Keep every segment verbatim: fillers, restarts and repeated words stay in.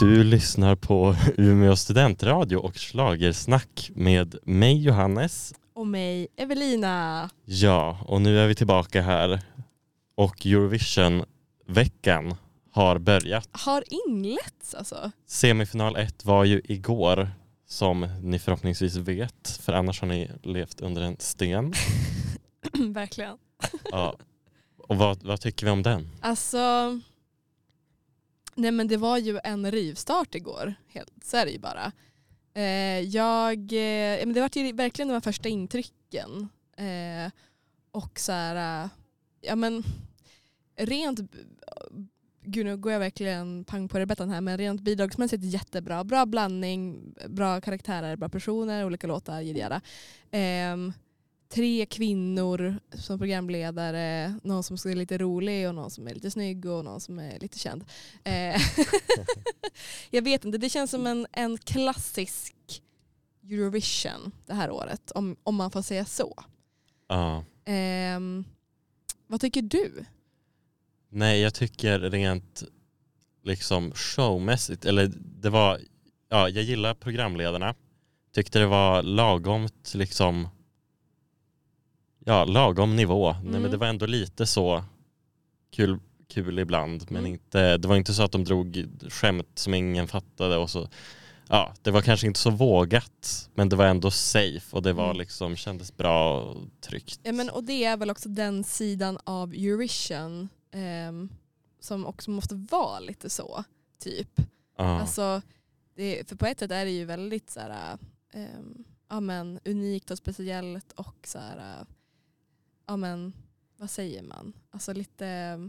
Du lyssnar på Umeå studentradio och schlagersnack med mig Johannes. Och mig Evelina. Ja, och nu är vi tillbaka här. Och Eurovision-veckan har börjat. Har inletts alltså. Semifinal ett var ju igår, som ni förhoppningsvis vet. För annars har ni levt under en sten. Verkligen. Ja. Och vad, vad tycker vi om den? Alltså... Nej men det var ju en rivstart igår. Helt, så är det ju bara. Eh, jag... Eh, men det var ju verkligen de första intrycken. Eh, och så här... Ja men... Rent... Gud, nu går jag verkligen pang på rebettan här. Men rent bidragsmässigt jättebra. Bra blandning, bra karaktärer, bra personer, olika låtar, jidjada. Eh, tre kvinnor som programledare. Någon som är lite rolig och någon som är lite snygg och någon som är lite känd. Eh, jag vet inte, det känns som en, en klassisk Eurovision det här året. Om, om man får säga så. Ja. Eh, vad tycker du? Nej, jag tycker rent liksom showmässigt, eller det var, ja, jag gillar programledarna. Tyckte det var lagomt liksom, ja, lagom nivå. Mm. Nej, men det var ändå lite så kul, kul ibland, men Mm. inte, det var inte så att de drog skämt som ingen fattade och så. Ja, det var kanske inte så vågat, men det var ändå safe och det var Mm. liksom, kändes bra och tryggt. Ja, men, och det är väl också den sidan av Eurovision ehm, som också måste vara lite så, typ. Ja. Alltså, det, för på ett sätt är det ju väldigt så här, ehm, ja, men, unikt och speciellt och så här, ja, men, vad säger man? Alltså lite...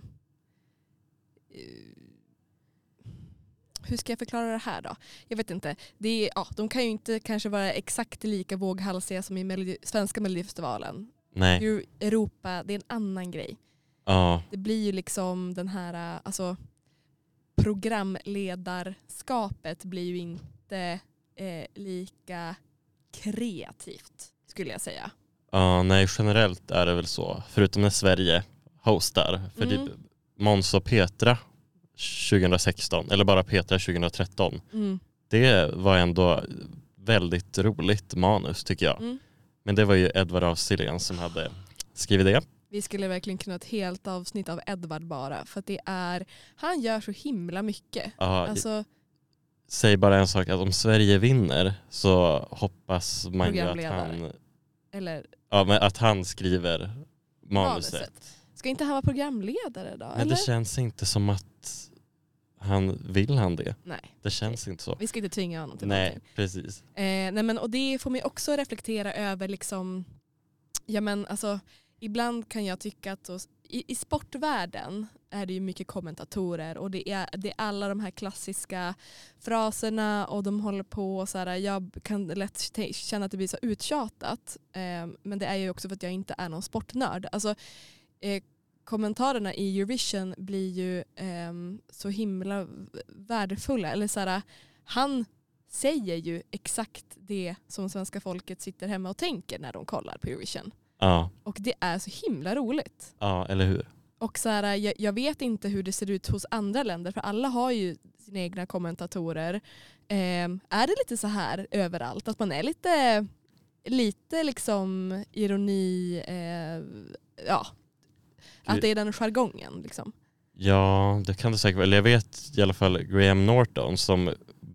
Uh, hur ska jag förklara det här då? Jag vet inte. Det är, ja, de kan ju inte kanske vara exakt lika våghalsiga som i Melodi- svenska Melodifestivalen. Nej. Euro- Europa, det är en annan grej. Ja. Det blir ju liksom den här, alltså programledarskapet blir ju inte eh, lika kreativt, skulle jag säga. Ja, nej, generellt är det väl så. Förutom när Sverige hostar. För Mm. typ Måns och Petra tjugohundrasexton, eller bara Petra tjugohundratretton. Mm. Det var ändå väldigt roligt manus, tycker jag. Mm. Men det var ju Edvard af Sillén som hade skrivit det. Vi skulle verkligen kunna ha ett helt avsnitt av Edvard bara. För att det är, han gör så himla mycket. Ja, Alltså, säg bara en sak, att om Sverige vinner så hoppas man ju att Programledare. han, eller ja, men att han skriver manuset. manuset. Ska inte han vara programledare då? Men eller? det känns inte som att han vill han det. Nej, Det känns inte så. vi ska inte tvinga honom till Nej, någonting. precis. Eh, nej men, och det får man ju också reflektera över liksom, ja men alltså ibland kan jag tycka att så, i, i sportvärlden är det ju mycket kommentatorer och det är, det är alla de här klassiska fraserna och de håller på så här, jag kan lätt t- känna att det blir så uttjatat, eh, men det är ju också för att jag inte är någon sportnörd. Alltså eh, kommentarerna i Eurovision blir ju eh, så himla värdefulla, eller så här, han säger ju exakt det som svenska folket sitter hemma och tänker när de kollar på Eurovision. Ja, Och det är så himla roligt. ja, eller hur? Och så här, jag, jag vet inte hur det ser ut hos andra länder, för alla har ju sina egna kommentatorer. Eh, är det lite så här överallt? Att man är lite, lite liksom ironi, eh, ja. Att det är den jargongen liksom. Ja, det kan det säkert vara. Eller jag vet i alla fall Graham Norton som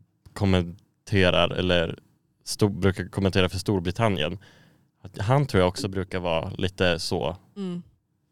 kommenterar eller stor, brukar kommentera för Storbritannien. Han tror jag också brukar vara lite så. Mm.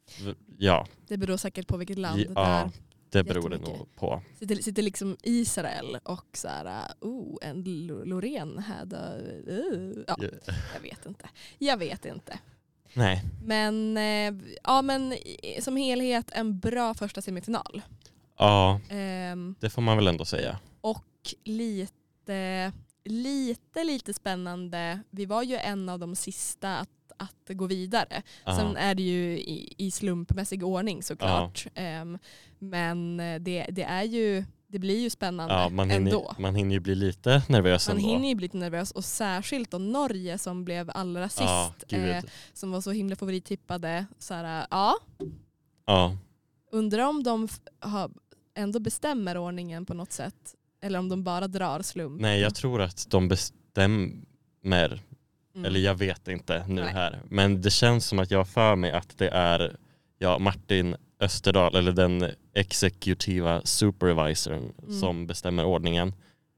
Ja, Det beror säkert på vilket land det ja är. det beror det Jättemycket. nog på. Sitter, sitter liksom Israel och så här, oh, en L- Loreen hade, uh, ja, jag vet inte. Jag vet inte. Nej. Men, eh, ja, men i- som helhet en bra första semifinal. Ja, Ehm, det får man väl ändå säga. och lite, lite, lite spännande. Vi var ju en av de sista att, att gå vidare. Ja. Sen är det ju i, i slumpmässig ordning såklart. Ehm, men det, det är ju, det blir ju spännande Ja, man ändå. hinner, man hinner ju bli lite nervös Man ändå. hinner ju bli lite nervös, och särskilt då Norge som blev allra sist, Ja, gud. eh, som var så himla favorittippade. Så här, ja, Ja. undrar om de f- har, ändå bestämmer ordningen på något sätt Eller om de bara drar slump. Nej, jag tror att de bestämmer. Mm. Eller jag vet inte nu Nej. här. Men det känns som att jag har för mig att det är ja, Martin Österdahl, eller den exekutiva supervisorn mm. som bestämmer ordningen.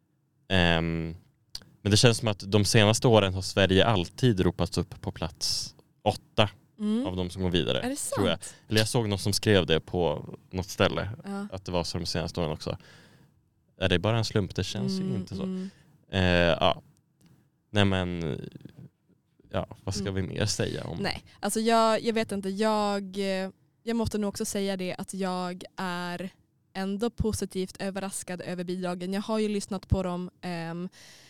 Um, men det känns som att de senaste åren har Sverige alltid ropats upp på plats åtta mm. av de som går vidare. Är det sant? Tror jag. Eller jag såg någon som skrev det på något ställe. Ja. Att det var så de senaste åren också. Är det bara en slump? Det känns mm, ju inte så. Mm. Uh, ja. Nej men... Ja, vad ska mm. vi mer säga om? Nej, alltså jag, jag vet inte. Jag, jag måste nog också säga det att jag är ändå positivt överraskad över bidragen. Jag har ju lyssnat på dem um,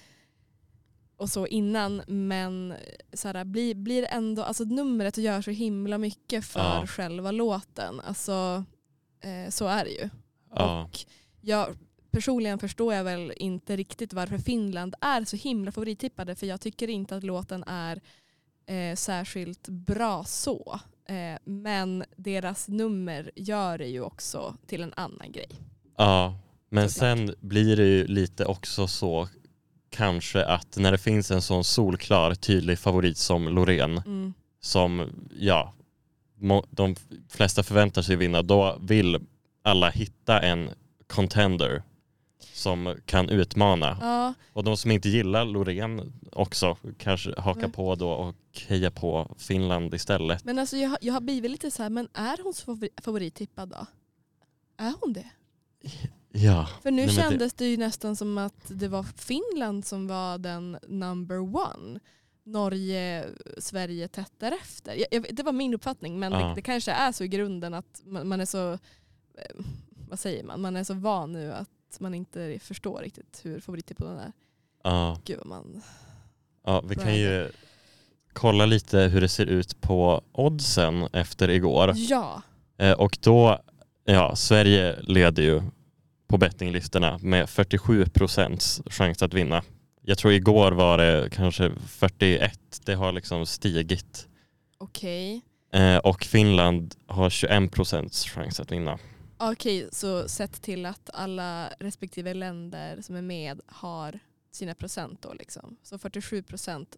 och så innan, men så här, blir, blir ändå, alltså numret gör så himla mycket för ja. själva låten. Alltså eh, så är det ju. Ja. Och jag personligen förstår jag väl inte riktigt varför Finland är så himla favorittippade, för jag tycker inte att låten är eh, särskilt bra så. Eh, men deras nummer gör det ju också till en annan grej. Ja, men sen blir det ju lite också så kanske att när det finns en sån solklar tydlig favorit som Loreen mm. som ja må, de flesta förväntar sig vinna, då vill alla hitta en contender som kan utmana. Ja. Och de som inte gillar Loreen också kanske haka mm. på då och heja på Finland istället. Men alltså jag, jag har blivit lite så här, men är hon så favorittippad då? Är hon det? Ja. För nu Nej, kändes det... det ju nästan som att det var Finland som var den number one. Norge, Sverige tätt därefter. Jag, jag, det var min uppfattning, men ja. det, det kanske är så i grunden att man, man är så, vad säger man, man är så van nu att man inte förstår riktigt hur favorittippen är. Ja. Gud vad man... Ja, vi kan ju kolla lite hur det ser ut på oddsen efter igår. Ja. Eh, och då, ja, Sverige leder ju på bettinglistorna med fyrtiosju procents chans att vinna. Jag tror igår var det kanske fyrtioett. Det har liksom stigit. Okej. Eh, och Finland har tjugoen procents chans att vinna. Okej, så sett till att alla respektive länder som är med har sina procent då liksom. Så fyrtiosju procent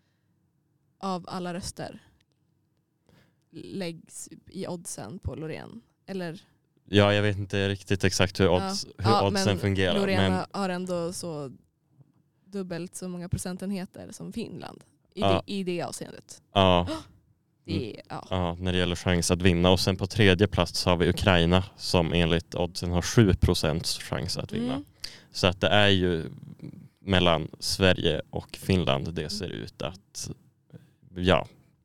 av alla röster läggs i oddsen på Loreen. Eller? Ja, jag vet inte riktigt exakt hur, odds, ja. hur ja, oddsen men fungerar. Loreen men har ändå så dubbelt så många procentenheter som Finland i, ja. det, i det avseendet. Ja. Det, ja. ja, när det gäller chans att vinna. Och sen på tredje plats har vi Ukraina som enligt oddsen har sju procents chans att vinna. Mm. Så att det är ju mellan Sverige och Finland det ser ut att ja.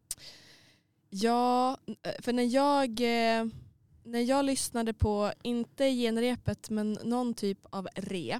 Ja, för när jag när jag lyssnade på, inte genrepet men någon typ av rep,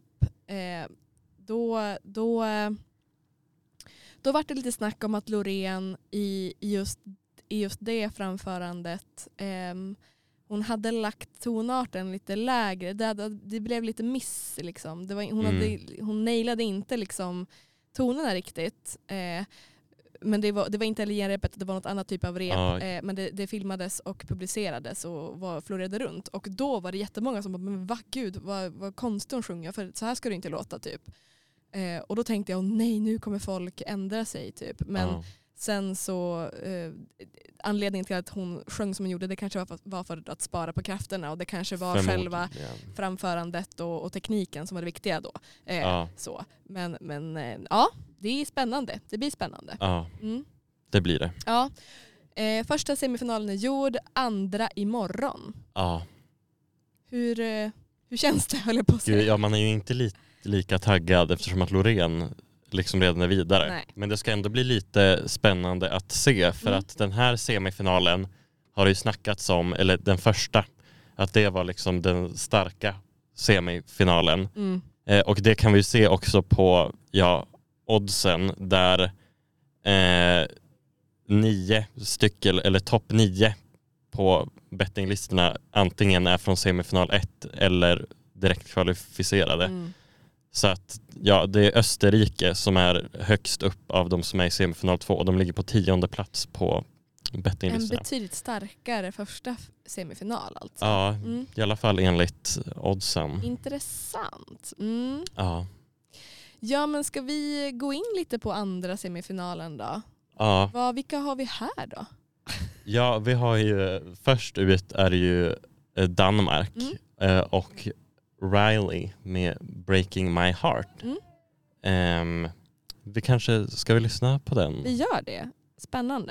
då då då var det lite snack om att Loreen i just i just det framförandet hon hade lagt tonarten lite lägre. Det, det blev lite miss liksom. Det var, hon, mm. hade, hon nailade inte liksom tonerna riktigt. Eh, men det var, det var inte genrepet, det var något annat typ av rep. Ja. Eh, men det, det filmades och publicerades och var, florerade runt. Och då var det jättemånga som bara, men vad gud, vad, vad konstigt hon sjunger. För så här ska det inte låta typ. Eh, och då tänkte jag, oh, nej nu kommer folk ändra sig typ. Men Ja. sen så eh, anledningen till att hon sjöng som hon gjorde, det kanske var för, var för att spara på krafterna, och det kanske var själva framförandet och, och tekniken som var det viktiga då. Eh, ja. så. Men, men eh, ja, det är spännande. Det blir spännande. Ja, mm. det blir det. Ja. Eh, första semifinalen är gjord, andra imorgon. Ja. Hur, eh, hur känns det, höll jag på att säga? Gud, ja, man är ju inte li- lika taggad eftersom att Loreen liksom redan är vidare. Nej. Men det ska ändå bli lite spännande att se, för mm. att den här semifinalen har det ju snackats om, eller den första, att det var liksom den starka semifinalen. Mm. Eh, och det kan vi se också på ja, oddsen där eh, nio stycken, eller topp nio på bettinglistorna antingen är från semifinal ett eller direkt kvalificerade. Mm. Så att ja, det är Österrike som är högst upp av de som är i semifinal två, och de ligger på tionde plats på betting En lyssnare. betydligt starkare första semifinal alltså. Ja, Mm. i alla fall enligt oddsen. Intressant. Mm. Ja. Ja, men ska vi gå in lite på andra semifinalen då? Ja. Vad, vilka har vi här då? Ja, vi har ju först ut är det ju Danmark Mm. och Riley med Breaking My Heart. Mm. Um, vi kanske ska vi lyssna på den? Vi gör det. Spännande.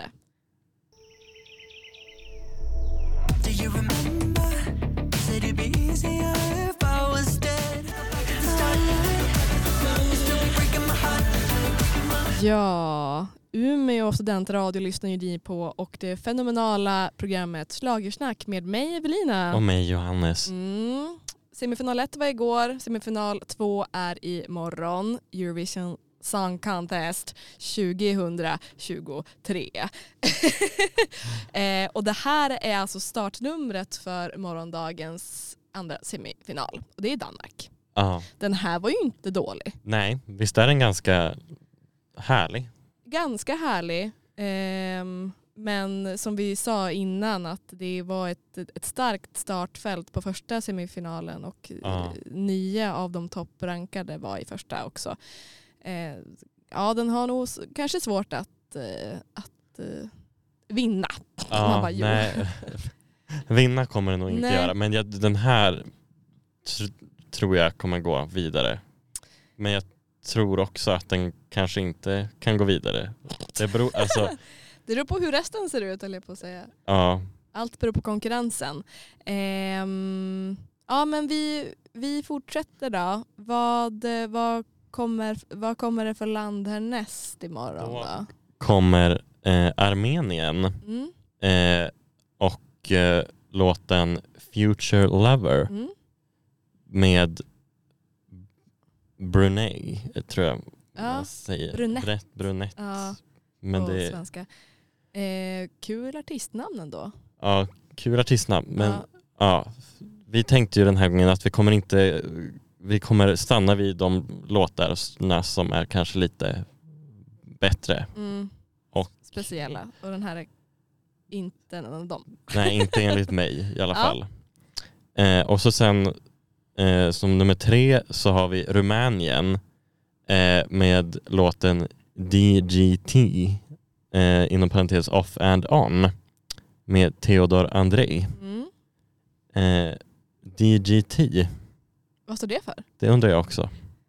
Do you remember? Said it'd be easier if I was dead. Ja, Umeå studentradio lyssnar ju ni på och det fenomenala programmet Schlagersnack med mig Evelina. Och mig Johannes. Mm. Semifinal ett var igår, semifinal två är i morgon. Eurovision Song Contest tjugohundratjugotre. eh, och det här är alltså startnumret för morgondagens andra semifinal. Och det är Danmark. Ja. Den här var ju inte dålig. Nej, visst är den ganska härlig? Ganska härlig. Ehm, men som vi sa innan att det var ett, ett starkt startfält på första semifinalen och Ja. eh, nio av de topprankade var i första också. Eh, ja, den har nog s- kanske svårt att, eh, att eh, vinna. Man Ja, bara, jo. nej. Vinna kommer den nog inte Nej. göra. Men jag, den här tr- tror jag kommer gå vidare. Men jag tror också att den kanske inte kan gå vidare. Det beror, alltså, Det beror på hur resten ser ut, eller på att säga. ja, Allt beror på konkurrensen. Ehm, ja, men vi, vi fortsätter då. Vad, vad, kommer, vad kommer det för land härnäst imorgon då? kommer eh, Armenien Mm, eh, och eh, låten Future Lover mm. med Brunei, tror jag Ja, man säger. brunett. Brett, brunett. Ja, Men på det svenska. Eh, kul artistnamn ändå. ja, kul artistnamn. Men Ja. ja, vi tänkte ju den här gången att vi kommer inte vi kommer stanna vid de låtarna som är kanske lite bättre. Mm. Och- Speciella. Och den här är inte en av dem. Nej, inte enligt mig i alla Ja. fall. Eh, och så sen eh, som nummer tre så har vi Rumänien eh, med låten D G T eh, inom parentes off and on med Theodor Andrei. Mm. Eh, D G T, Vad står det för? det undrar jag också.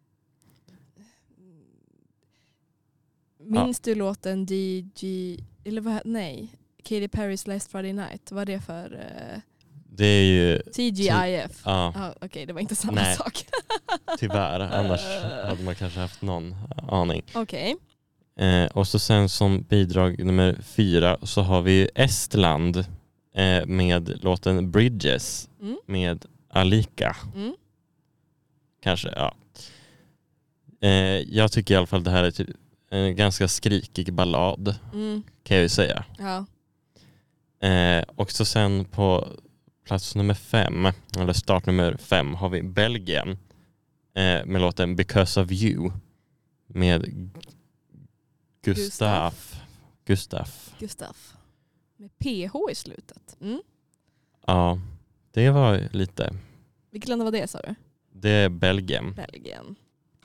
Minns du låten D G... Eller vad? Nej. Katy Perry's Last Friday Night. Vad är det för... Uh, Det är ju T G I F? ja, Ah, Okej, det var inte samma Nej. sak. tyvärr. Annars hade man kanske haft någon aning. Okej. Eh, och så sen som bidrag nummer fyra så har vi Estland eh, med låten Bridges Mm. med Alika. Mm. Kanske, ja. Eh, jag tycker i alla fall det här är typ en ganska skrikig ballad, Mm. kan jag ju säga. Ja. Eh, och så sen på plats nummer fem, eller start nummer fem, har vi Belgien eh, med låten Because of You med Gustaf. Gustaf. Gustaf. Med P H i slutet. Mm. Ja, det var lite. Vilket land var det, sa du? Det är Belgien. Belgien.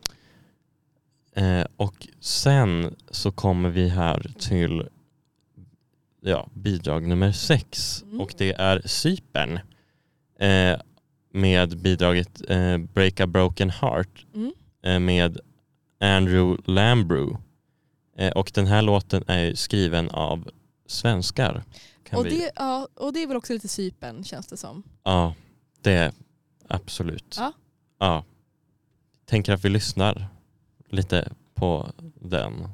Eh, och sen så kommer vi här till ja, bidrag nummer sex. Mm. Och det är Cypern. Eh, med bidraget eh, Break a Broken Heart Mm. eh, med Andrew Lambrew. Eh, och den här låten är skriven av svenskar. Kan Och, vi... det, ja, och det är väl också lite Cypern, känns det som. Ja, det är absolut. Ja. Ja. Tänker att vi lyssnar lite på den.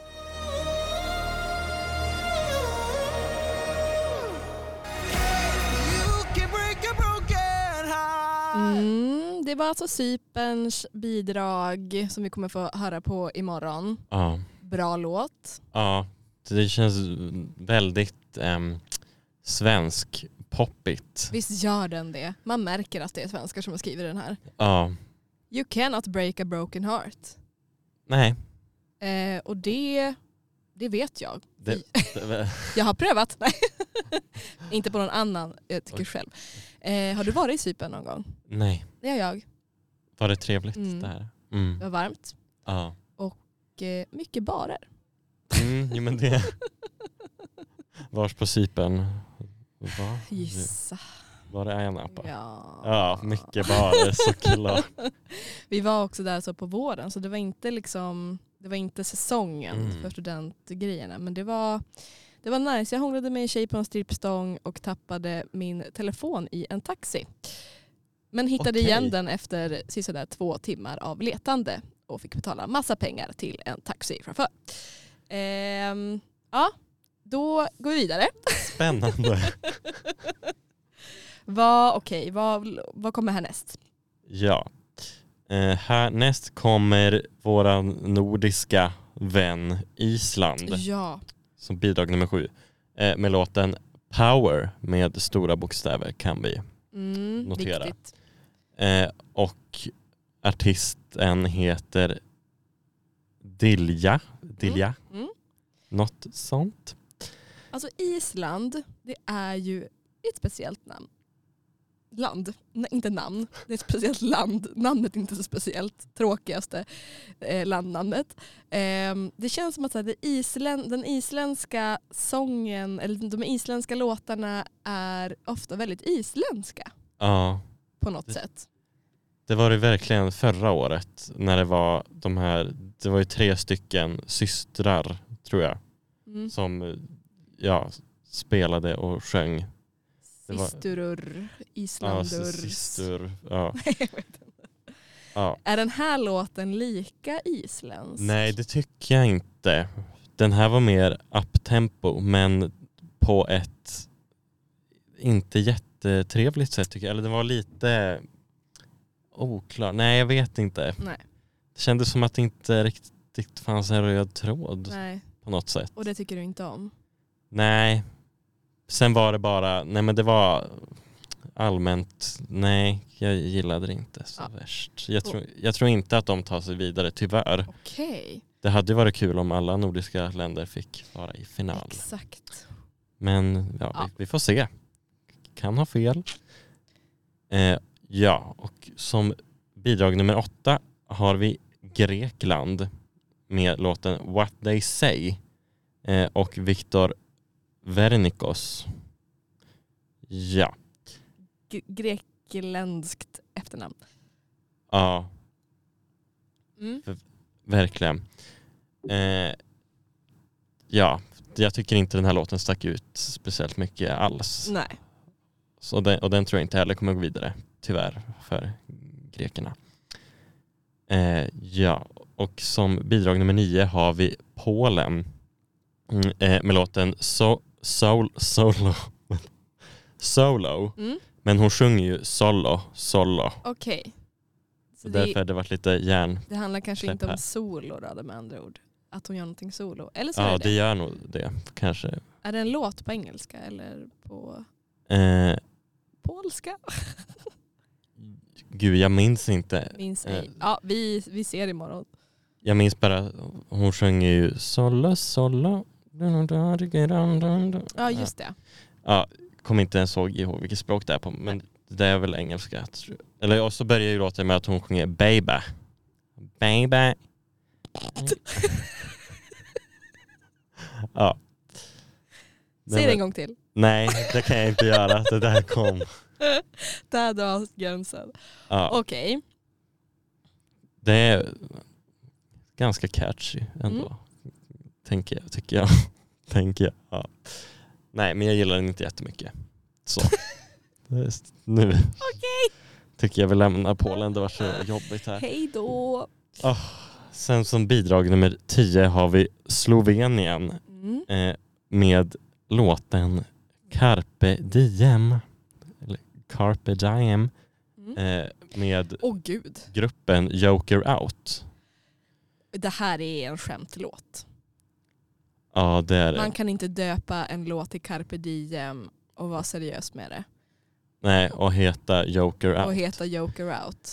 Mm, det var alltså Cyperns bidrag som vi kommer få höra på imorgon. Ja, Bra låt. ja, det känns väldigt um, svensk poppigt. Visst gör den det. Man märker att det är svenskar som har skrivit den här. Ja, You cannot break a broken heart. nej. Eh, och det, Det vet jag. Det, det, Jag har prövat. Nej. Inte på någon annan, jag tycker själv. Eh, har du varit i Cypern någon gång? nej, Det har jag. var det trevligt Mm. där? Mm. Det var varmt. Ja. Och eh, mycket barer. Mm, jo, men det... Vars på Cypern? Va? Gissa. Var det Ayia Napa? Ja. Ja, mycket barer såklart. Vi var också där så på våren, så det var inte liksom det var inte säsongen Mm. för studentgrejerna, men det var det var nice. Jag hånglade med en tjej på en strippstång och tappade min telefon i en taxi. Men hittade Okej. igen den efter sisådär två timmar av letande och fick betala massa pengar till en taxichaufför. Ehm, ja, då går vi vidare. Spännande. Vad, okej, vad, vad kommer härnäst? Ja. Eh, härnäst kommer våran nordiska vän Island Ja. som bidrag nummer sju. Eh, med låten Power med stora bokstäver kan vi. Mm, Notera. viktigt. Eh, och artisten heter Dilja. Dilja. Mm. Något sånt. Alltså Island, det är ju ett speciellt namn. Land, nej, inte namn. Det är ett speciellt land. Namnet är inte så speciellt. Tråkigaste eh, landnamnet. Eh, det känns som att så här, det Island, den isländska sången, eller de isländska låtarna är ofta väldigt isländska Ja. på något Det- sätt. Det var det verkligen förra året när det var de här, det var ju tre stycken systrar tror jag Mm. som ja, spelade och sjöng. Det var- Sisturur, Ja, Islandur. systur. Ja. Jag vet inte. Ja. Är den här låten lika isländsk? Nej, det tycker jag inte. Den här var mer uptempo men på ett inte jättetrevligt sätt tycker jag. Eller den var lite oklar. Nej, jag vet inte. Nej. Det kändes som att det inte riktigt fanns en röd tråd Nej, på något sätt. och det tycker du inte om? Nej. Sen var det bara, nej men det var allmänt, nej jag gillade det inte så Ja. värst. Jag tror, jag tror inte att de tar sig vidare tyvärr. Okej, Det hade ju varit kul om alla nordiska länder fick vara i final. exakt. Men ja, Ja. Vi, vi får se. Kan ha fel. Eh, ja, och som bidrag nummer åtta har vi Grekland med låten What They Say eh, och Viktor Vernikos. Ja, G- Grekiskt efternamn. ja, Mm. verkligen. Eh, ja, jag tycker inte den här låten stack ut speciellt mycket alls. Nej. Så den, och den tror jag inte heller kommer gå vidare, tyvärr, för grekerna. Eh, ja, och som bidrag nummer nio har vi Polen mm, eh, med låten so, sol, Solo. Solo. Mm. Men hon sjunger ju solo, solo. Okej. Så Så det, därför har det varit lite hjärn. det handlar kanske släpp inte om här. solo då, med andra ord. Att hon gör någonting solo. Eller så Ja, är det det det. gör nog det, kanske. Är det en låt på engelska eller på Eh, polska? gud, jag minns inte. Minns Eh. ej. Ja, vi, vi ser imorgon. Jag minns bara, hon sjunger ju solo, solo. Ja, just det. Ja, kommer inte ens ihåg vilket språk det är på, men det är väl engelska. tror jag. Eller och så börjar ju låten med att hon sjunger baby. Baby. Ja. Säg det en gång till. Nej, det kan jag inte göra. Det där kom. Där dras gränsen. Ja, Okej. det är ganska catchy ändå. Mm. Tänker jag, tycker jag. Tänker jag. Ja. Nej, men jag gillar den inte jättemycket. Så. Det är nu Okej. tycker jag vi lämnar Polen. Det var så jobbigt här. Hej då. Sen som bidrag nummer tio har vi Slovenien Mm. eh, med låten Carpe Diem. Eller Carpe Diem Mm. eh, med Åh gud. gruppen Joker Out. Det här är en skämtlåt. Ja, det är det. Man kan inte döpa en låt till Carpe Diem och vara seriös med det. Nej, och heta Joker Out. Och heta Joker Out.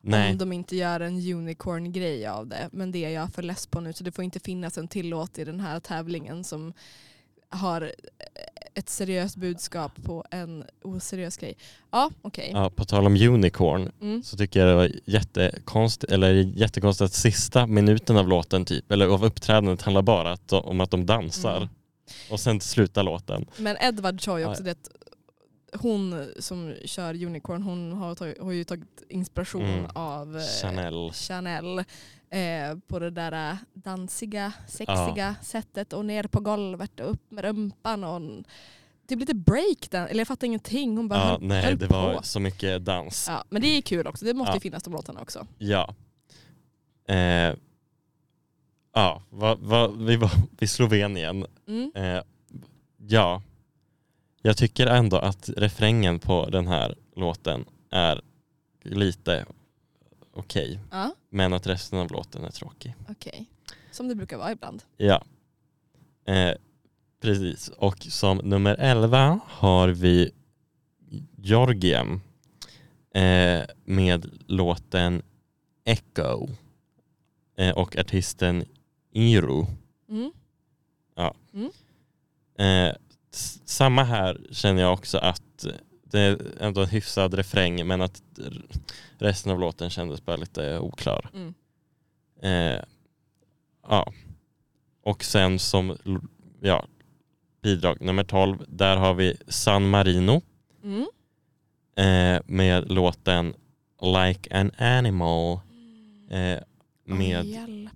Nej. Om de inte gör en unicorn-grej av det. Men det är jag för less på nu. Så det får inte finnas en tillåt i den här tävlingen som har ett seriöst budskap på en oseriös grej. Ja, okej. Okay. Ja, på tal om unicorn Mm. så tycker jag det var jättekonstigt, eller jättekonstigt att sista minuten av låten typ, eller av uppträdandet handlar bara att, om att de dansar. Mm. Och sen slutar låten. Men Edvard sa ju också Ja. det att hon som kör unicorn, hon har, tagit, har ju tagit inspiration Mm. av eh, Chanel. Chanel eh, på det där eh, dansiga, sexiga sättet och ner på golvet och upp med rumpan och en, typ lite breakdance, eller jag fattar ingenting. Hon bara Ja, höll, nej, höll det på. var så mycket dans. Ja, men det är kul också, det måste Ja. ju finnas de låtarna också. Ja. Eh, ja, va, va, vi var vid Slovenien. Mm. Eh, ja. Jag tycker ändå att refrängen på den här låten är lite okej. Okay, Ja, men att resten av låten är tråkig. okej. Okay. Som det brukar vara ibland. Ja. Eh, precis. Och som nummer elva har vi Georgien eh, med låten Echo eh, och artisten Iru. Mm. Ja. Mm. Eh, s- samma här känner jag också att det är ändå en hyfsad refräng, men att resten av låten kändes bara lite oklar. Mm. Eh, ja. Och sen som ja, bidrag nummer tolv, där har vi San Marino Mm. eh, med låten Like an Animal eh, med Oj, hjälp.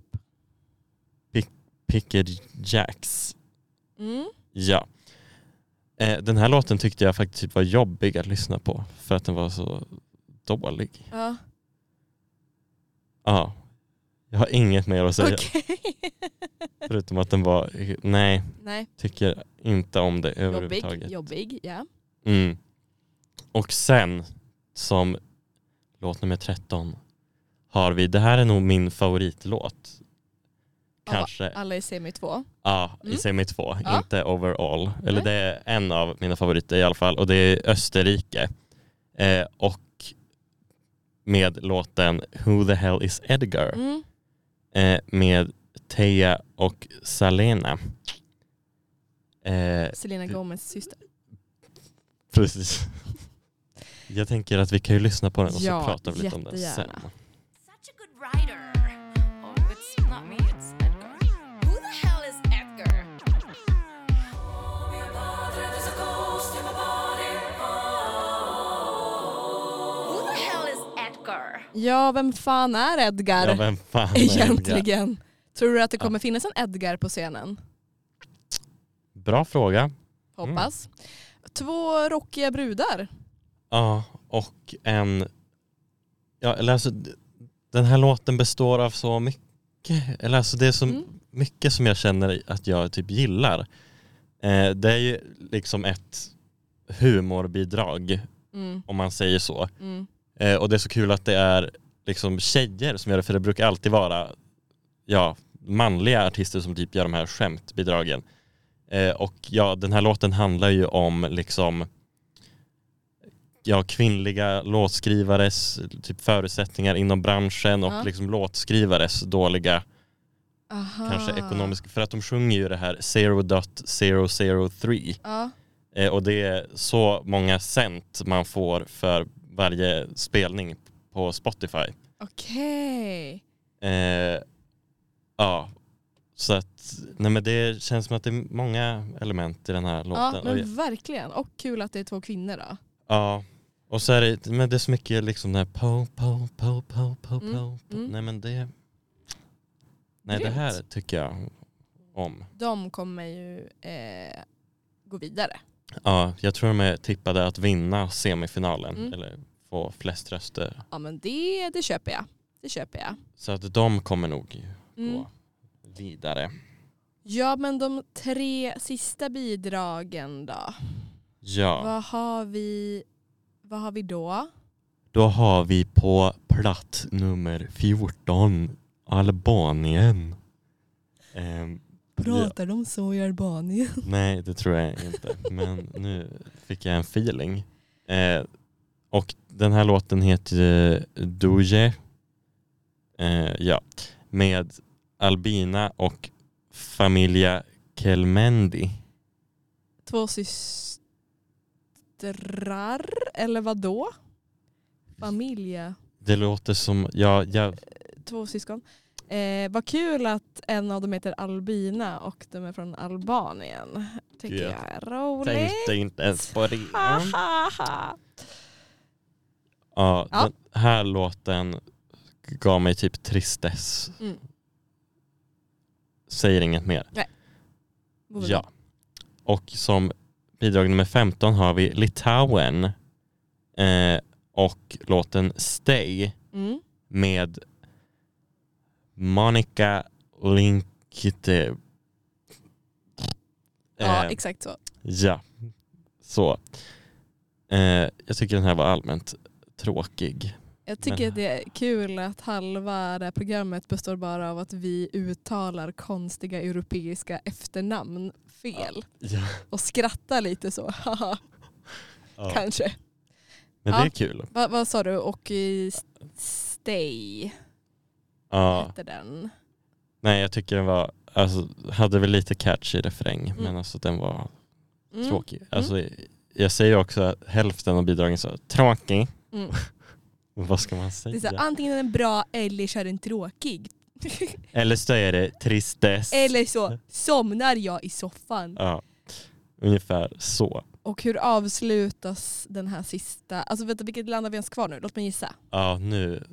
Picked Jacks. Mm. Ja. Eh, den här låten tyckte jag faktiskt var jobbig att lyssna på för att den var så dålig. Ja. Ja. Jag har inget mer att säga. Okej. Förutom att den var, nej, Nej. tycker inte om det Jobbig, överhuvudtaget. jobbig, ja. Mm. Och sen som låt nummer tretton har vi, det här är nog min favoritlåt. Kanske. Ja, alla i semi två. Ja, i Mm. semi två, Ja. inte overall. Eller Nej. det är en av mina favoriter i alla fall. Och det är Österrike. Eh, och med låten Who the hell is Edgar? Mm. Eh, med Teja och Salena. Eh, Selena Gomez syster. precis. Jag tänker att vi kan ju lyssna på den och Ja, så pratar vi lite om den jättegärna. sen. Such a good writer. Oh, it's not me, it's Edgar. Who the hell is Edgar? Who the hell is Edgar? Ja, vem fan är Edgar? Ja, vem fan är Edgar? Egentligen. Tror du att det kommer finnas en Edgar på scenen? Bra fråga. Hoppas. Två rockiga brudar. Ja, och en... Ja, eller alltså, d- den här låten består av så mycket. Eller alltså, det är så Mm. mycket som jag känner att jag typ gillar. Eh, det är ju liksom ett humorbidrag, Mm. om man säger så. Mm. Eh, och det är så kul att det är liksom tjejer som gör det, för det brukar alltid vara ja, manliga artister som typ gör de här skämtbidragen. Eh, och ja, den här låten handlar ju om liksom ja, kvinnliga låtskrivares typ förutsättningar inom branschen och Ja. liksom låtskrivares dåliga Aha. kanske ekonomiska, för att de sjunger ju det här zero point zero zero tre Ja. eh, och det är så många cent man får för varje spelning på Spotify. Okej. Eh, ja, så att nej, men det känns som att det är många element i den här låten. Ja, Och men jag- verkligen. Och kul att det är två kvinnor då. Ja, och så är det, men det är så mycket liksom där po, po, po, po, po, Mm, po, po. mm. Nej men det Nej det Grymt. här tycker jag om. De kommer ju eh, gå vidare. Ja, jag tror de är tippade att vinna semifinalen Mm. eller få flest röster. Ja, men det, det köper jag. Det köper jag. Så att de kommer nog Mm. gå vidare. Ja, men de tre sista bidragen då? Ja, Vad har vi, vad har vi då? då har vi på platt nummer fjorton Albanien. Ehm, Pratar de så i Albanien? Nej, det tror jag inte. Men nu fick jag en feeling. Eh, och den här låten heter Doje. Eh, ja. Med Albina och Familja Kelmendi. Två systrar, eller vad då? Familja. Det låter som... Ja, jag, Två syskon. Eh, vad kul att en av dem heter Albina och de är från Albanien. Tycker Gud, jag är roligt. tänkte inte ens på det. Ha, ha, ha. Ja, Ja. den här låten gav mig typ tristess. Mm. Säger inget mer. Vad var Ja. Och som bidrag nummer femton har vi Litauen eh, och låten Stay det? Mm. med Monica Linkite. Ja, Eh, exakt så. ja, så. Eh, jag tycker den här var allmänt tråkig. Jag tycker Men- att det är kul att halva det här programmet består bara av att vi uttalar konstiga europeiska efternamn fel. Ja. Och skrattar lite så. Haha, Ja. kanske. Men Ja. det är kul. Va, vad sa du? Och i Stay Ja. heter den. Nej, jag tycker den var, alltså, hade väl lite catchy refräng, Mm. men alltså den var Mm. tråkig. Alltså, jag säger också att hälften av bidragen så tråkig. Mm. Men vad ska man Det är säga? så här, antingen är den bra eller så är den tråkig. Eller så är det tristess. Eller så somnar jag i soffan. Ja, ungefär så. Och hur avslutas den här sista? Alltså vet du, vilket land har vi ens kvar nu? Låt mig gissa. Ja, nu.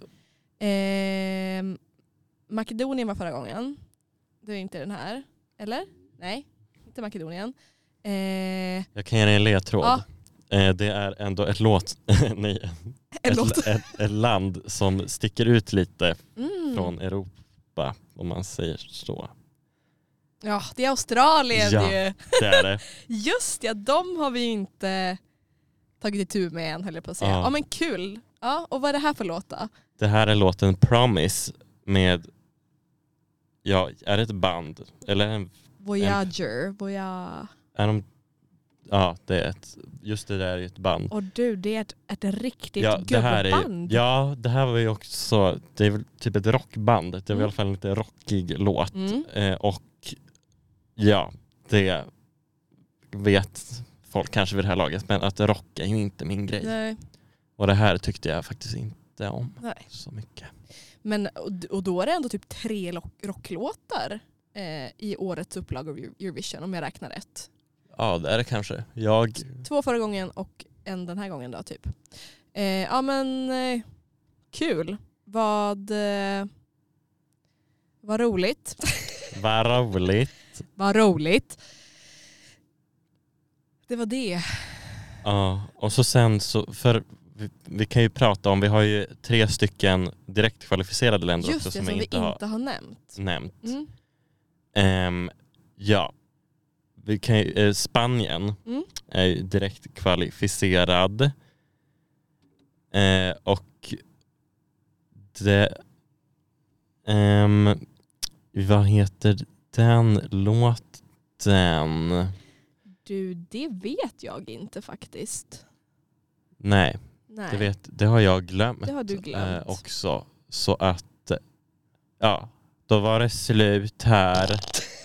Ehm, Makedonien var förra gången. Det är inte den här. Eller? Nej, inte Makedonien. Eh, Jag kan ge dig en ledtråd. Ja. Eh, Det är ändå ett låt, nej, en ett, låt. ett, ett land som sticker ut lite Mm. från Europa, om man säger så. Ja, det är Australien Ja. ju. Det är det. Just ja, de har vi ju inte tagit itu med än, höll jag på att säga. Ja. Ja, men kul. Ja, och vad är det här för låt då? Det här är låten Promise med, ja, är det ett band? Eller en, Voyager. Voya... är de, ja, det är ett, just det där är ett band. Och du, det är ett, ett riktigt Ja, det här är, gubband. ja, det här var ju också, det är väl typ ett rockband. Det är Mm. i alla fall en lite rockig låt. Mm. Eh, och ja, det vet folk kanske vid det här laget, men att rock är ju inte min grej. Nej. Och det här tyckte jag faktiskt inte om Nej. så mycket. Men, och, och då är det ändå typ tre lock, rocklåtar eh, i årets upplag av Eurovision, om jag räknar rätt. Ja, det är det kanske. Jag, Två förra gången och en den här gången då typ. Eh, ja men eh, kul. Vad, eh, vad roligt. vad roligt. Vad roligt. Det var det. Ja, och så sen så, för vi, vi kan ju prata om, vi har ju tre stycken direkt kvalificerade länder Just också det, som vi inte har inte har nämnt. nämnt. Mm. Ehm, ja, vi kan ju, eh, Spanien Mm. är ju direkt kvalificerad. Eh, och det, ehm, vad heter den låten? Du, det vet jag inte faktiskt. Nej, Nej. det, vet, det har jag glömt, Det har du glömt. Eh, också. Så att, ja, då var det slut här.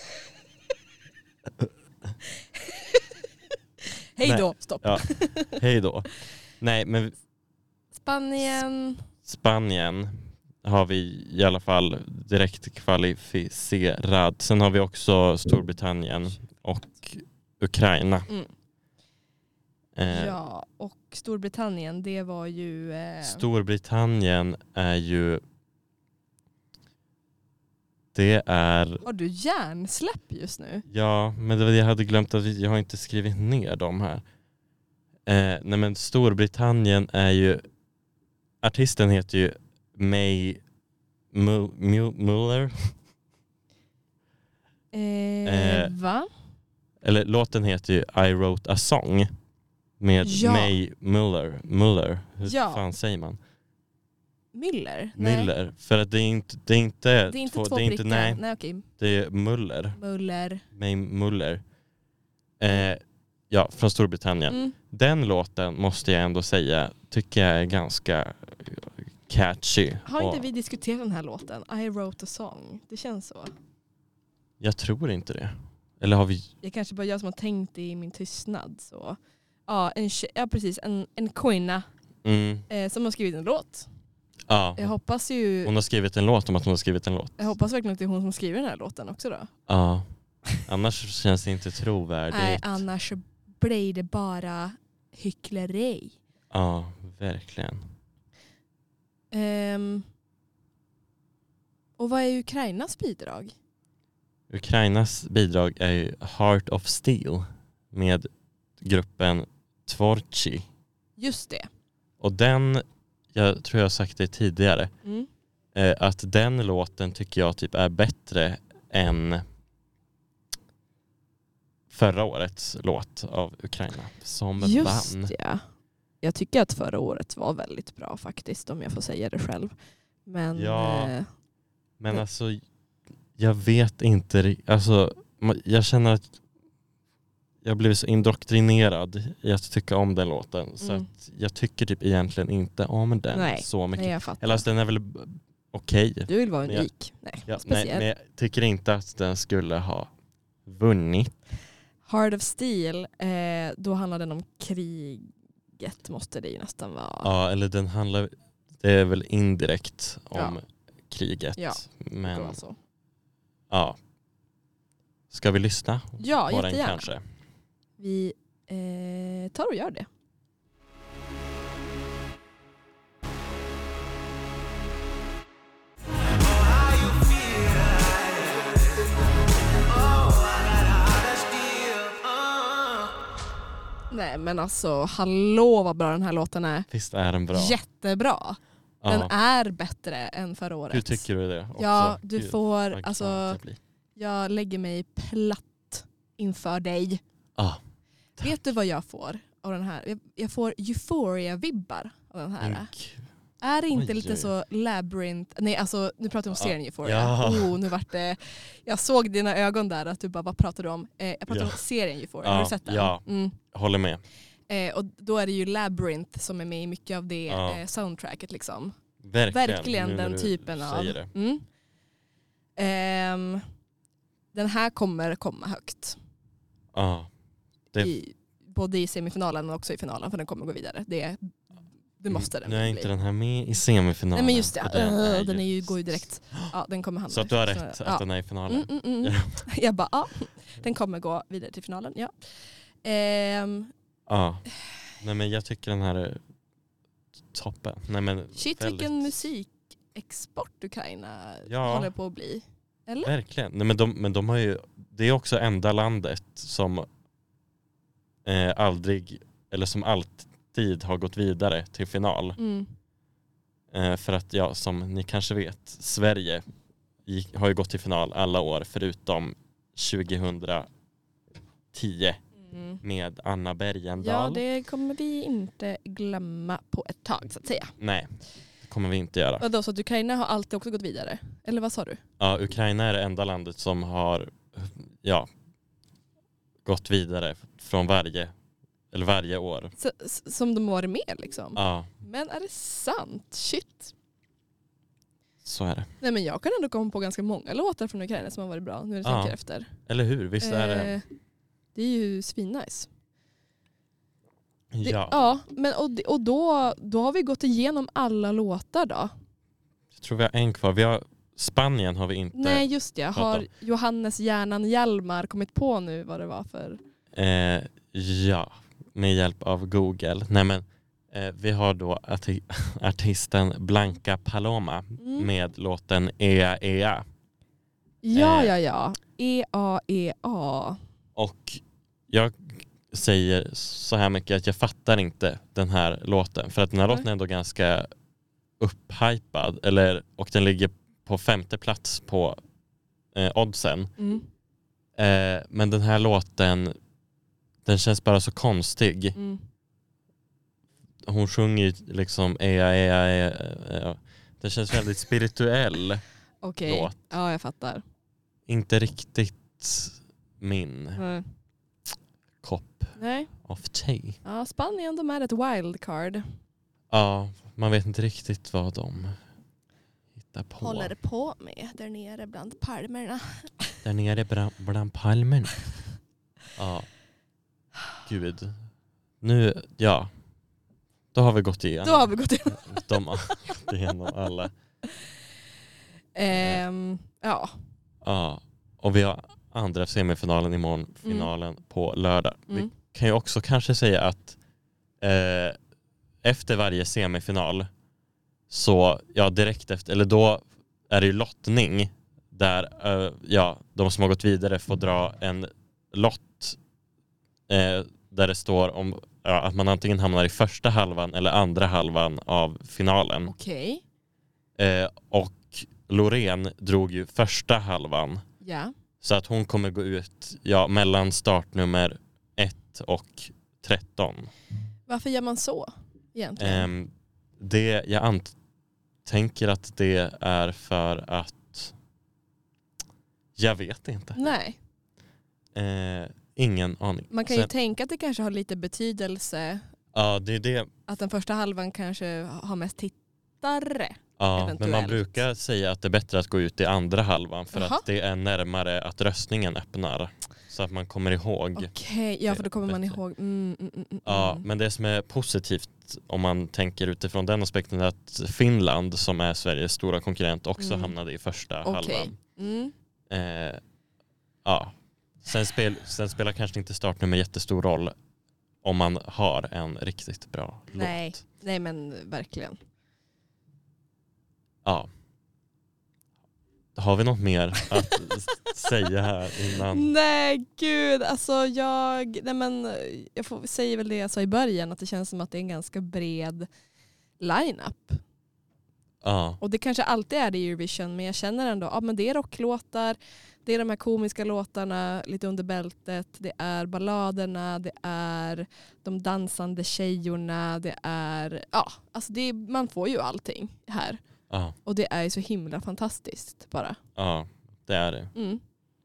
Hej då, stopp. Ja, hej då. Nej, men Spanien. Spanien har vi i alla fall direkt kvalificerad. Sen har vi också Storbritannien och Ukraina. Mm. Eh, Ja, och Storbritannien, det var ju... Eh, Storbritannien är ju... Det är... har du hjärnsläpp just nu? Ja, men det var det jag hade glömt, att jag har inte skrivit ner dem här. Eh, nej men Storbritannien är ju... Artisten heter ju May Mu- Mu- Muller. Eh, Eh, va? Eller låten heter ju I Wrote a Song med Ja. May Muller. Muller. Hur Ja. fan säger man? Müller? Nej. Müller. För att det är inte... Det är inte, Det är inte två, två det är prickar. inte, nej, nej okej. det är Muller. Muller. May Muller. Eh, ja, från Storbritannien. Mm. Den låten måste jag ändå säga tycker jag är ganska catchy. Har inte Och vi diskuterat den här låten? I wrote a song. Det känns så. jag tror inte det. Eller har vi... Jag kanske bara jag som har tänkt det i min tystnad. Så. Ja, en, ja, precis. En, en kvinna Mm, eh, som har skrivit en låt. ja. Jag hoppas ju... Hon har skrivit en låt om att hon har skrivit en låt. Jag hoppas verkligen att det är hon som skriver den här låten också då. Ja. Annars känns det inte trovärdigt. Nej, annars blir det bara hyckleri. Ja, verkligen. Um, och vad är Ukrainas bidrag? Ukrainas bidrag är ju Heart of Steel med gruppen Tvorchi. Just det. Och den, jag tror jag har sagt det tidigare, Mm. eh, att den låten tycker jag typ är bättre än förra årets låt av Ukraina som Just vann. det. Jag tycker att förra året var väldigt bra faktiskt, om jag får säga det själv. Men Ja. eh, Men alltså, jag vet inte, ri- alltså ma- jag känner att jag blev så indoktrinerad i att tycka om den låten. Så Mm. att jag tycker typ egentligen inte om den Nej, så mycket. nej, jag fattar. Eller alltså, den är väl b- okej. Du vill vara Men jag- unik. Nej, Ja, nej, speciell. men jag tycker inte att den skulle ha vunnit. Heart of Steel, eh, då handlar den om kriget, måste det ju nästan vara. Ja, eller den handlar, det är väl indirekt om Ja. kriget. Ja, Men Det var så. ja. Ska vi lyssna Ja, på den jättegärna. kanske? Vi eh, tar och gör det. Nej men alltså, hallå vad bra den här låten är. Visst är den bra? Jättebra. Den Ja. är bättre än förra året. Hur tycker du det också? Ja, du Gud, får, vad glad alltså, jag blir. jag lägger mig platt inför dig. Ah, Vet du vad jag får av den här? Jag, jag får Euphoria-vibbar av den här. men gud. Är det inte Oj, lite oj. så labyrinth? Nej, alltså nu pratar vi om Ja. serien Euphoria. Ja. Oh, nu vart det... Jag såg dina ögon där att du bara, vad pratar du om? Eh, jag pratar Ja. om serien Euphoria. Ja, Har du sett den? ja. Mm. Håller med. Eh, och då är det ju Labyrinth som är med i mycket av det Ja. eh, soundtracket liksom. Verkligen, Verkligen nu när den du typen av... säger det. Mm. Ehm, den här kommer komma högt. Ja. Det- I, både i semifinalen och också i finalen, för den kommer gå vidare. Det, det måste den Nu är bli. inte den här med i semifinalen. Nej men just det, för den är den, ju- är ju, går ju direkt. Ja, den kommer hamna. Så att du har rätt att ja. den är i finalen. Mm, mm, mm. Jag bara, ja, den kommer gå vidare till finalen. Ja. Ehm, Ja. Nej men jag tycker den här är toppen. Nej, men shit väldigt- vilken musikexport Ukraina Ja. håller på att bli. Eller? Verkligen. Nej, men, de, men de har ju, det är också enda landet som eh, aldrig, eller som alltid har gått vidare till final. Mm. Eh, för att, ja, som ni kanske vet, Sverige gick, har ju gått till final alla år förutom tjugohundratio Mm. med Anna Bergendahl. Ja, det kommer vi inte glömma på ett tag så att säga. Nej, det kommer vi inte göra. Vadå, så att Ukraina har alltid också gått vidare? Eller vad sa du? Ja, Ukraina är det enda landet som har ja, gått vidare från varje, eller varje år. Så, s- som de var med liksom? Ja, Men är det sant? Shit. så är det. Nej men jag kan ändå komma på ganska många låtar från Ukraina som har varit bra nu när jag Ja. tänker efter. Eller hur? Visst är det? Eh, det är ju svinnice. Det, Ja, ja, men och, och då, då har vi gått igenom alla låtar då. jag tror vi har en kvar. Vi har, Spanien har vi inte. Nej just det, prata har om. Johannes Hjärnan Hjalmar kommit på nu vad det var för... Eh, ja, med hjälp av Google. Nej men, eh, vi har då arti- artisten Blanca Paloma Mm. med låten Ea Ea. Ja, Eh. ja, ja. E A E A. Och jag säger så här mycket att jag fattar inte den här låten. För att den här Nej. låten är ändå ganska upphypad. Eller, och den ligger på femte plats på eh, oddsen. Mm. Eh, men den här låten, den känns bara så konstig. Mm. Hon sjunger ju liksom ea, ea, ea, ea. Den känns väldigt spirituell. Okej, Låt. ja jag fattar. Inte riktigt min Mm. kopp Nej. of tea. Ja, Spanien, de är ett wildcard. Ja, man vet inte riktigt vad de hittar på. Håller på med där nere bland palmerna. Där nere bland, bland palmerna. Ja. Gud. Nu, ja. Då har vi gått igenom. Då har vi gått igenom. De har gått igenom alla. Ehm, ja. Ja. Och vi har andra semifinalen imorgon. Finalen mm. på lördag. Mm. Vi kan ju också kanske säga att eh, efter varje semifinal så, ja direkt efter, eller då är det ju lottning där uh, ja, de som har gått vidare får dra en lott eh, där det står om ja, att man antingen hamnar i första halvan eller andra halvan av finalen. Okej. Eh, och Loreen drog ju första halvan. Ja. Så att hon kommer gå ut ja, mellan startnummer ett och tretton. Varför gör man så egentligen? Eh, det jag ant- tänker att det är för att jag vet inte. Nej. Eh, ingen aning. Man kan Sen, ju tänka att det kanske har lite betydelse ja, det är det. att den första halvan kanske har mest tittare. Ja, men man eventuellt. brukar säga att det är bättre att gå ut i andra halvan för Jaha. att det är närmare att röstningen öppnar. Så att man kommer ihåg. Okej, ja för då kommer man bättre. ihåg. Mm, mm, mm, Ja, mm. men det som är positivt om man tänker utifrån den aspekten är att Finland som är Sveriges stora konkurrent också Mm. hamnade i första Okej. halvan. Mm. Eh, ja. Sen, spel, sen spelar kanske inte startnummer jättestor roll om man har en riktigt bra Nej. låt. Nej men verkligen. Ja. Har vi något mer att säga här innan? Nej gud, alltså jag, nej men, jag får säga väl det jag sa i början, att det känns som att det är en ganska bred line-up. Ja. Och det kanske alltid är det i Eurovision, men jag känner ändå, ja men det är rocklåtar, det är de här komiska låtarna lite under bältet, det är balladerna, det är de dansande tjejorna, det är, ja, alltså det är, man får ju allting här. Ja. Och det är ju så himla fantastiskt bara. Ja, det är det. Mm.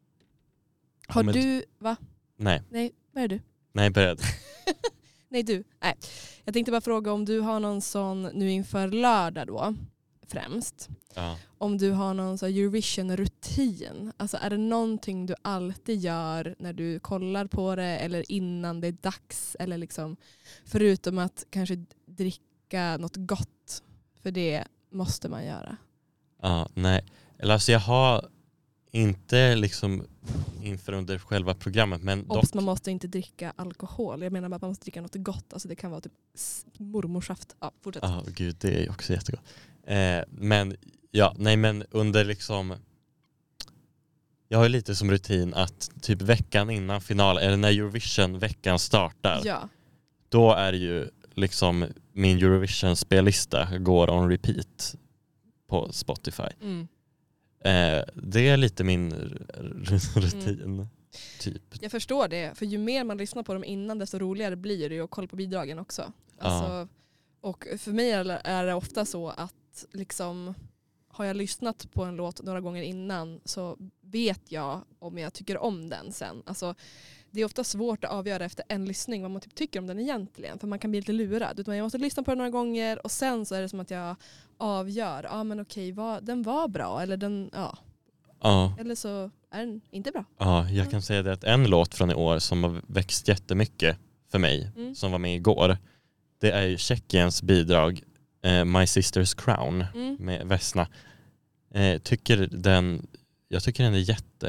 Har Men- du, va? Nej, Nej, vad är du? nej beredd. Nej du, nej. Jag tänkte bara fråga om du har någon sån nu inför lördag då, främst. Ja. Om du har någon sån Eurovision-rutin. Alltså är det någonting du alltid gör när du kollar på det eller innan det är dags? Eller liksom, förutom att kanske dricka något gott. För det måste man göra. Ja, nej. Eller alltså jag har inte liksom inför under själva programmet, men dock. Obs, man måste inte dricka alkohol. Jag menar bara att man måste dricka något gott. Alltså det kan vara typ s- mormorsaft. Ja, fortsätt. Ja, gud, det är ju också jättegott. Eh, men ja, nej men under liksom jag har ju lite som rutin att typ veckan innan final eller när Eurovision-veckan startar, Ja. då är det ju liksom min Eurovision-spellista går on repeat på Spotify. Mm. Eh, det är lite min r- rutin. Mm. Typ. Jag förstår det. För ju mer man lyssnar på dem innan desto roligare blir det ju att kolla på bidragen också. Alltså, och för mig är det, är det ofta så att liksom, har jag lyssnat på en låt några gånger innan så vet jag om jag tycker om den sen. Alltså, det är ofta svårt att avgöra efter en lyssning vad man typ tycker om den egentligen. För man kan bli lite lurad. Utan jag måste lyssna på den några gånger och sen så är det som att jag avgör. Ja ah, men okej, vad, den var bra. Eller, den, ja. Ja. eller så är den inte bra. Ja, jag kan säga det att en låt från i år som har växt jättemycket för mig, Mm. som var med igår, det är ju Tjeckiens bidrag eh, My Sister's Crown Mm. med Vesna. Eh, tycker den, jag tycker den är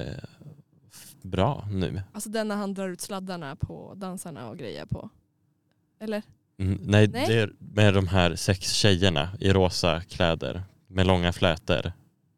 jättebra nu. Alltså den när han drar ut sladdarna på dansarna och grejer på. Eller? Mm, nej, Nej. det är med de här sex tjejerna i rosa kläder med långa flätor.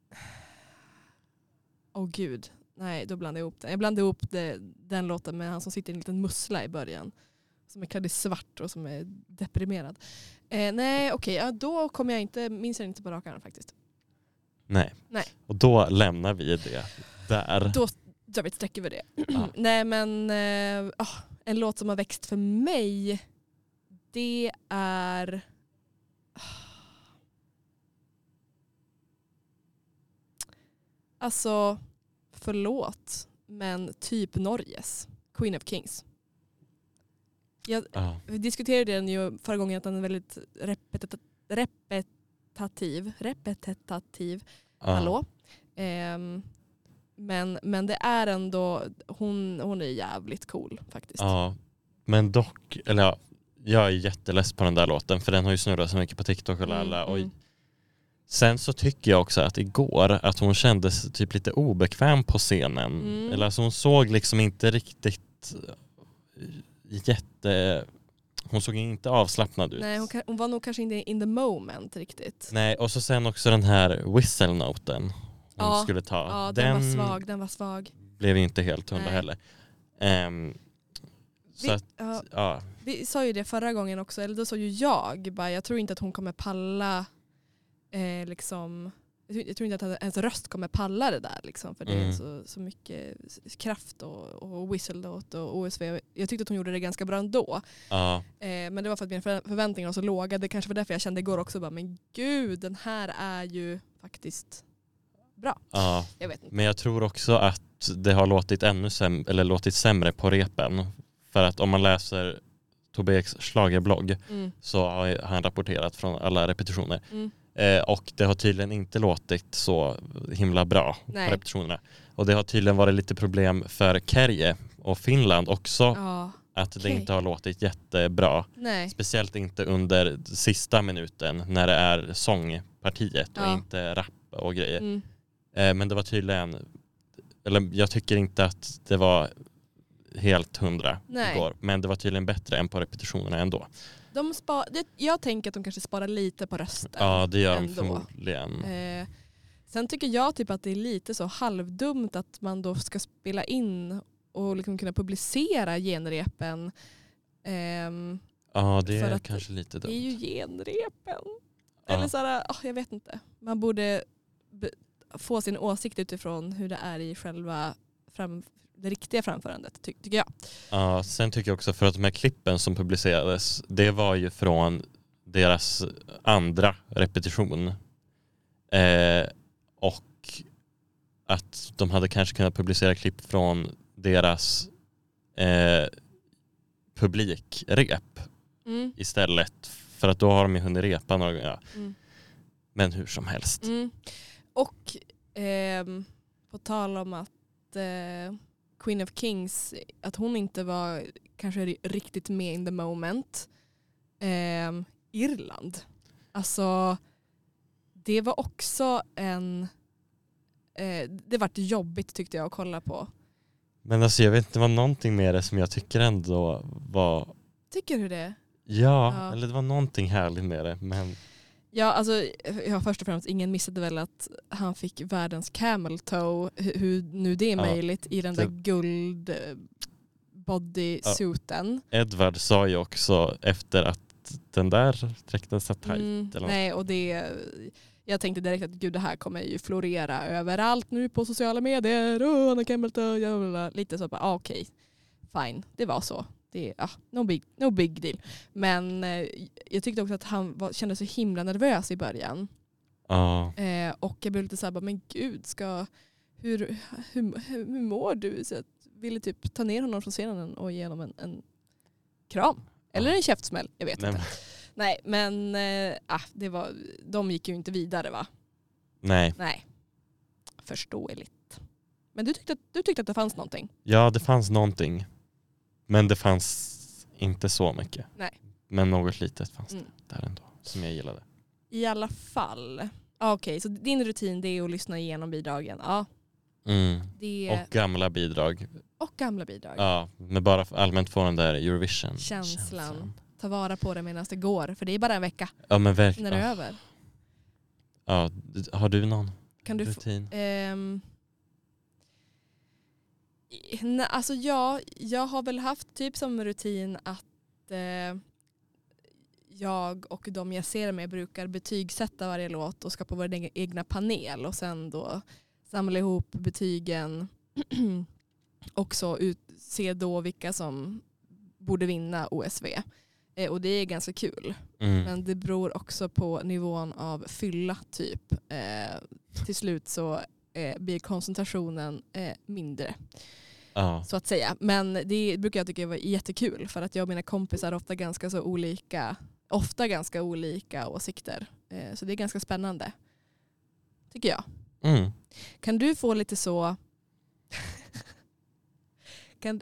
Åh oh, gud. Nej, då blandar jag ihop den. Jag blandar ihop det, den låten med han som sitter i en liten mussla i början. Som är klädd i svart och som är deprimerad. Eh, nej, okej. Okay, ja, då kommer jag inte, minns jag inte på rak arm faktiskt. Nej. Nej. Och då lämnar vi det där. Då drar vi ett streck över det. Ja. Nej, men eh, oh, en låt som har växt för mig, det är... Alltså, förlåt, men typ Norges. Queen of Kings. Jag, Ja. vi diskuterade den ju förra gången att den är väldigt repetita- repetitiv. Repetitiv. Ja. Hallå? Ehm, men, men det är ändå, hon, hon är jävligt cool faktiskt. Ja, men dock, eller ja, jag är jätteless på den där låten för den har ju snurrat så mycket på TikTok och lalla. Mm, Och mm. sen så tycker jag också att igår att hon kändes typ lite obekväm på scenen. Mm. Eller alltså hon såg liksom inte riktigt jätte... Hon såg inte avslappnad ut. Nej, hon, ka- hon var nog kanske inte in the moment riktigt. Nej, och så sen också den här whistle-noten hon Ja, skulle ta. Ja, den, var svag, den var svag. blev ju inte helt hundra Nej. heller. Ehm, så Vi, att, ja, ja. vi sa ju det förra gången också, eller då sa ju jag, bara, jag tror inte att hon kommer palla eh, liksom, jag tror, jag tror inte att hennes röst kommer palla det där liksom, för det är Mm. så, så mycket kraft och, och whistle och O S V. Jag tyckte att hon gjorde det ganska bra ändå. Ja. Eh, men det var för att mina förvä- förväntningar var så låga. Det kanske var därför jag kände igår också bara, men gud, den här är ju faktiskt bra. Ja. Jag vet inte. Men jag tror också att det har låtit ännu säm- eller låtit sämre på repen. För att om man läser Tobbe Eks schlagerblogg Mm. så har han rapporterat från alla repetitioner. Mm. Eh, och det har tydligen inte låtit så himla bra Nej. på repetitionerna. Och det har tydligen varit lite problem för Kärje och Finland också. Ja, Att okej. det inte har låtit jättebra. nej. Speciellt inte under sista minuten när det är sångpartiet och Ja. inte rap och grejer. Mm. Eh, men det var tydligen, eller jag tycker inte att det var helt hundra Nej. igår. Men det var tydligen bättre än på repetitionerna ändå. De spa- det, jag tänker att de kanske sparar lite på rösten. Ja, det gör de ändå. förmodligen. Eh, sen tycker jag typ att det är lite så halvdumt att man då ska spela in och liksom kunna publicera genrepen. Ehm, Ja, det för är att kanske lite det är dumt. ju genrepen. Ja. Eller så här, oh, jag vet inte. Man borde be- få sin åsikt utifrån hur det är i själva fram- det riktiga framförandet, ty- tycker jag. Ja, sen tycker jag också för att de här klippen som publicerades, det var ju från deras andra repetition. Eh, och att de hade kanske kunnat publicera klipp från deras eh, publikrep Mm. istället. För att då har de ju hunnit repa några gånger. Ja. Mm. Men hur som helst. Mm. Och ehm, på tal om att eh, Queen of Kings, att hon inte var kanske ri- riktigt med in the moment. Ehm, Irland. Alltså det var också en eh, det var jobbigt tyckte jag att kolla på. Men alltså jag vet inte, det var någonting med det som jag tycker ändå var... Tycker du det? Ja, Ja. eller det var någonting härligt med det. Men Ja, alltså ja, först och främst, ingen missade väl att han fick världens camel toe, hur, hur nu det är Ja, möjligt, i den där det- guld eh, bodysuiten. Edward sa ju också efter att den där dräkten satt tajt. Mm, eller något. nej, och det, jag tänkte direkt att gud, det här kommer ju florera överallt nu på sociala medier. Åh, han har camel toe, jävla. Lite så, bara, ah, okej, fine, det var så. Det, ah, no, big, no big deal. Men eh, jag tyckte också att han var, kände så himla nervös i början. Ja. Eh, och jag blev lite så här, bara, men gud, ska, hur, hur, hur mår du? Så jag ville typ ta ner honom från scenen och ge honom en, en kram. Eller Ja. en käftsmäll, jag vet Nej, inte. Nej, men eh, ah, det var, de gick ju inte vidare, va? nej. Nej. Förståeligt. Men du tyckte, att, du tyckte att det fanns någonting? Ja, det fanns någonting. Men det fanns inte så mycket. Nej. Men något litet fanns Mm. det där ändå. Som jag gillade. I alla fall. Ah, Okej, så din rutin, det är att lyssna igenom bidragen. Ja, Mm. det Och gamla bidrag. och gamla bidrag. Ja, men bara för allmänt få den där Eurovision. Känslan. Ta vara på det medan det går. För det är bara en vecka. Ja, men Sen är verkligen. det Ja. över. Ja, d- har du någon Kan du få, rutin? ehm, nej, alltså ja, jag har väl haft typ som rutin att eh, jag och de jag ser med brukar betygsätta varje låt och skapa vår egen- egna panel och sen då samla ihop betygen och så ut, se då vilka som borde vinna O S V. Eh, och det är ganska kul. Mm. Men det beror också på nivån av fylla typ. Eh, till slut så eh, blir koncentrationen eh, mindre. Ja. så att säga. Men det brukar jag tycka var jättekul för att jag och mina kompisar har ofta ganska så olika, ofta ganska olika åsikter. Eh, så det är ganska spännande, tycker jag. Mm. Kan du få lite så... kan...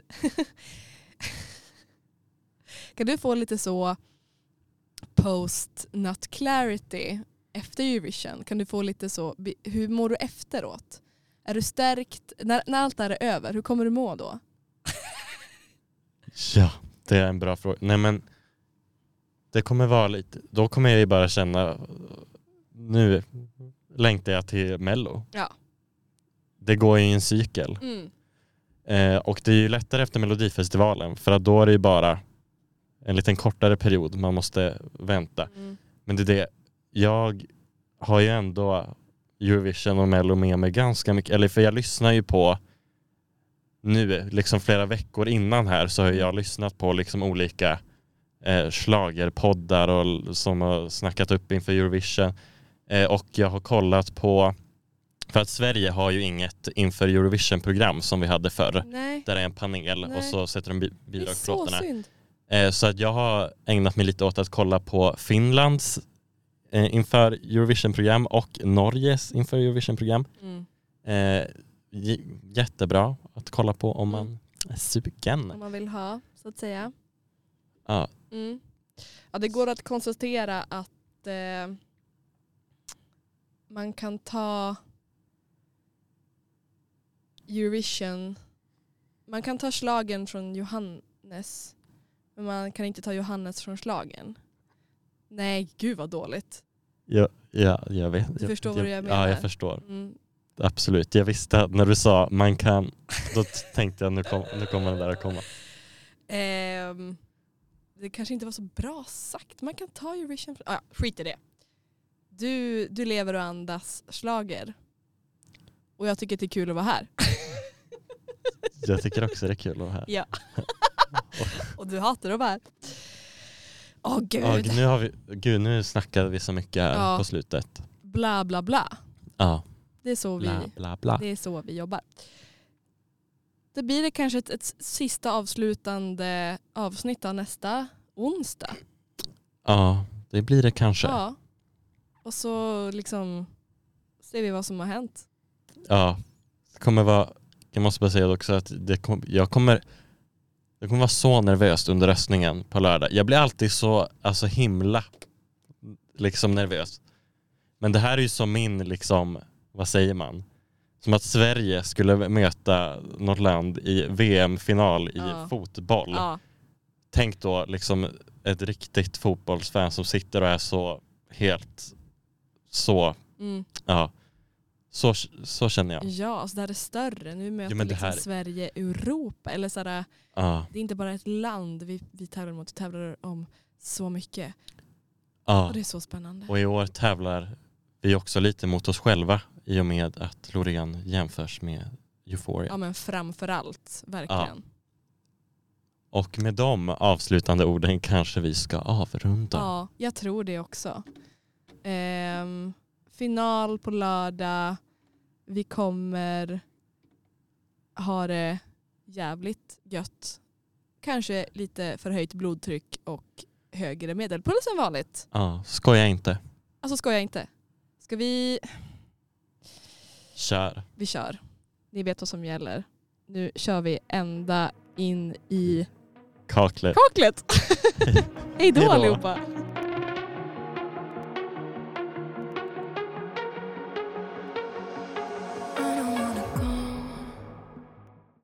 kan du få lite så post-nut clarity efter Eurovision? Kan du få lite så... Hur mår du efteråt? Är du stärkt? När, när allt är över, hur kommer du må då? Ja, det är en bra fråga. Nej, men det kommer vara lite... Då kommer jag ju bara känna... Nu längtar jag till Mello. Ja. Det går ju i en cykel. Mm. Eh, och det är ju lättare efter Melodifestivalen. För att då är det ju bara en liten kortare period. Man måste vänta. Mm. Men det är det. Jag har ju ändå Eurovision och Mello med mig ganska mycket. Eller för jag lyssnar ju på nu, liksom flera veckor innan här, så har jag lyssnat på liksom olika eh, schlagerpoddar och, som har snackat upp inför Eurovision. Eh, och jag har kollat på, för att Sverige har ju inget inför Eurovision-program som vi hade förr. Nej, Där är en panel Nej. och så sätter de bi- det är så bidragslåtarna. synd. Eh, så att jag har ägnat mig lite åt att kolla på Finlands eh, inför Eurovision-program och Norges inför Eurovision-program. Mm. Eh, j- jättebra att kolla på om Mm. man är sugen. Om man vill ha, så att säga. Ja. Mm. Ja, det går att konstatera att eh, man kan ta Eurovision, man kan ta slagen från Johannes, men man kan inte ta Johannes från slagen. Nej, gud vad dåligt. Ja, ja, jag vet. Du förstår vad jag Ja, menar. jag förstår. Mm. Absolut. Jag visste att när du sa man kan, då tänkte jag nu, kom, nu kommer den där att komma. Ehm, det kanske inte var så bra sagt. Man kan ta Eurovision. Ah, ja, skit i det. Du, du lever och andas slager. Och jag tycker att det är kul att vara här. Jag tycker också det är kul att vara här. Ja. Och du hatar att vara här. Åh gud. Ja, nu, har vi, gud, nu snackade vi så mycket här Ja. på slutet. Bla bla bla. Ja, Det är så vi, bla bla bla. det är så vi jobbar. Det blir det kanske ett, ett sista avslutande avsnitt av nästa onsdag. Ja, det blir det kanske. Ja, Ja. Och så liksom ser vi vad som har hänt. det kommer vara, jag måste bara säga också att det kom, jag kommer det kommer vara så nervöst under röstningen på lördag. Jag blir alltid så alltså himla liksom nervös. Men det här är ju som min liksom, vad säger man? Som att Sverige skulle möta något land i V M-final i Ja. fotboll. Ja. Tänk då liksom ett riktigt fotbollsfan som sitter och är så helt så, Mm. ja. Så, så känner jag. Ja, alltså det här är större. Nu möter Jo, men det liksom här- Sverige Europa. Eller sådär, Ja. det är inte bara ett land vi, vi tävlar mot. Vi tävlar om så mycket. Ja. Och det är så spännande. Och i år tävlar vi också lite mot oss själva i och med att Loreen jämförs med Euphoria. Ja, men framför allt. Verkligen. Och med de avslutande orden kanske vi ska avrunda. Ja, jag tror det också. Ehm, final på lördag. Vi kommer ha det jävligt gött. Kanske lite förhöjt blodtryck och högre medelpuls än vanligt. Ja, skoja inte. Alltså ska jag inte. Ska vi... Kör. Vi kör. Ni vet vad som gäller. Nu kör vi ända in i Kaklet. kaklet. Hej då Hej då. allihopa.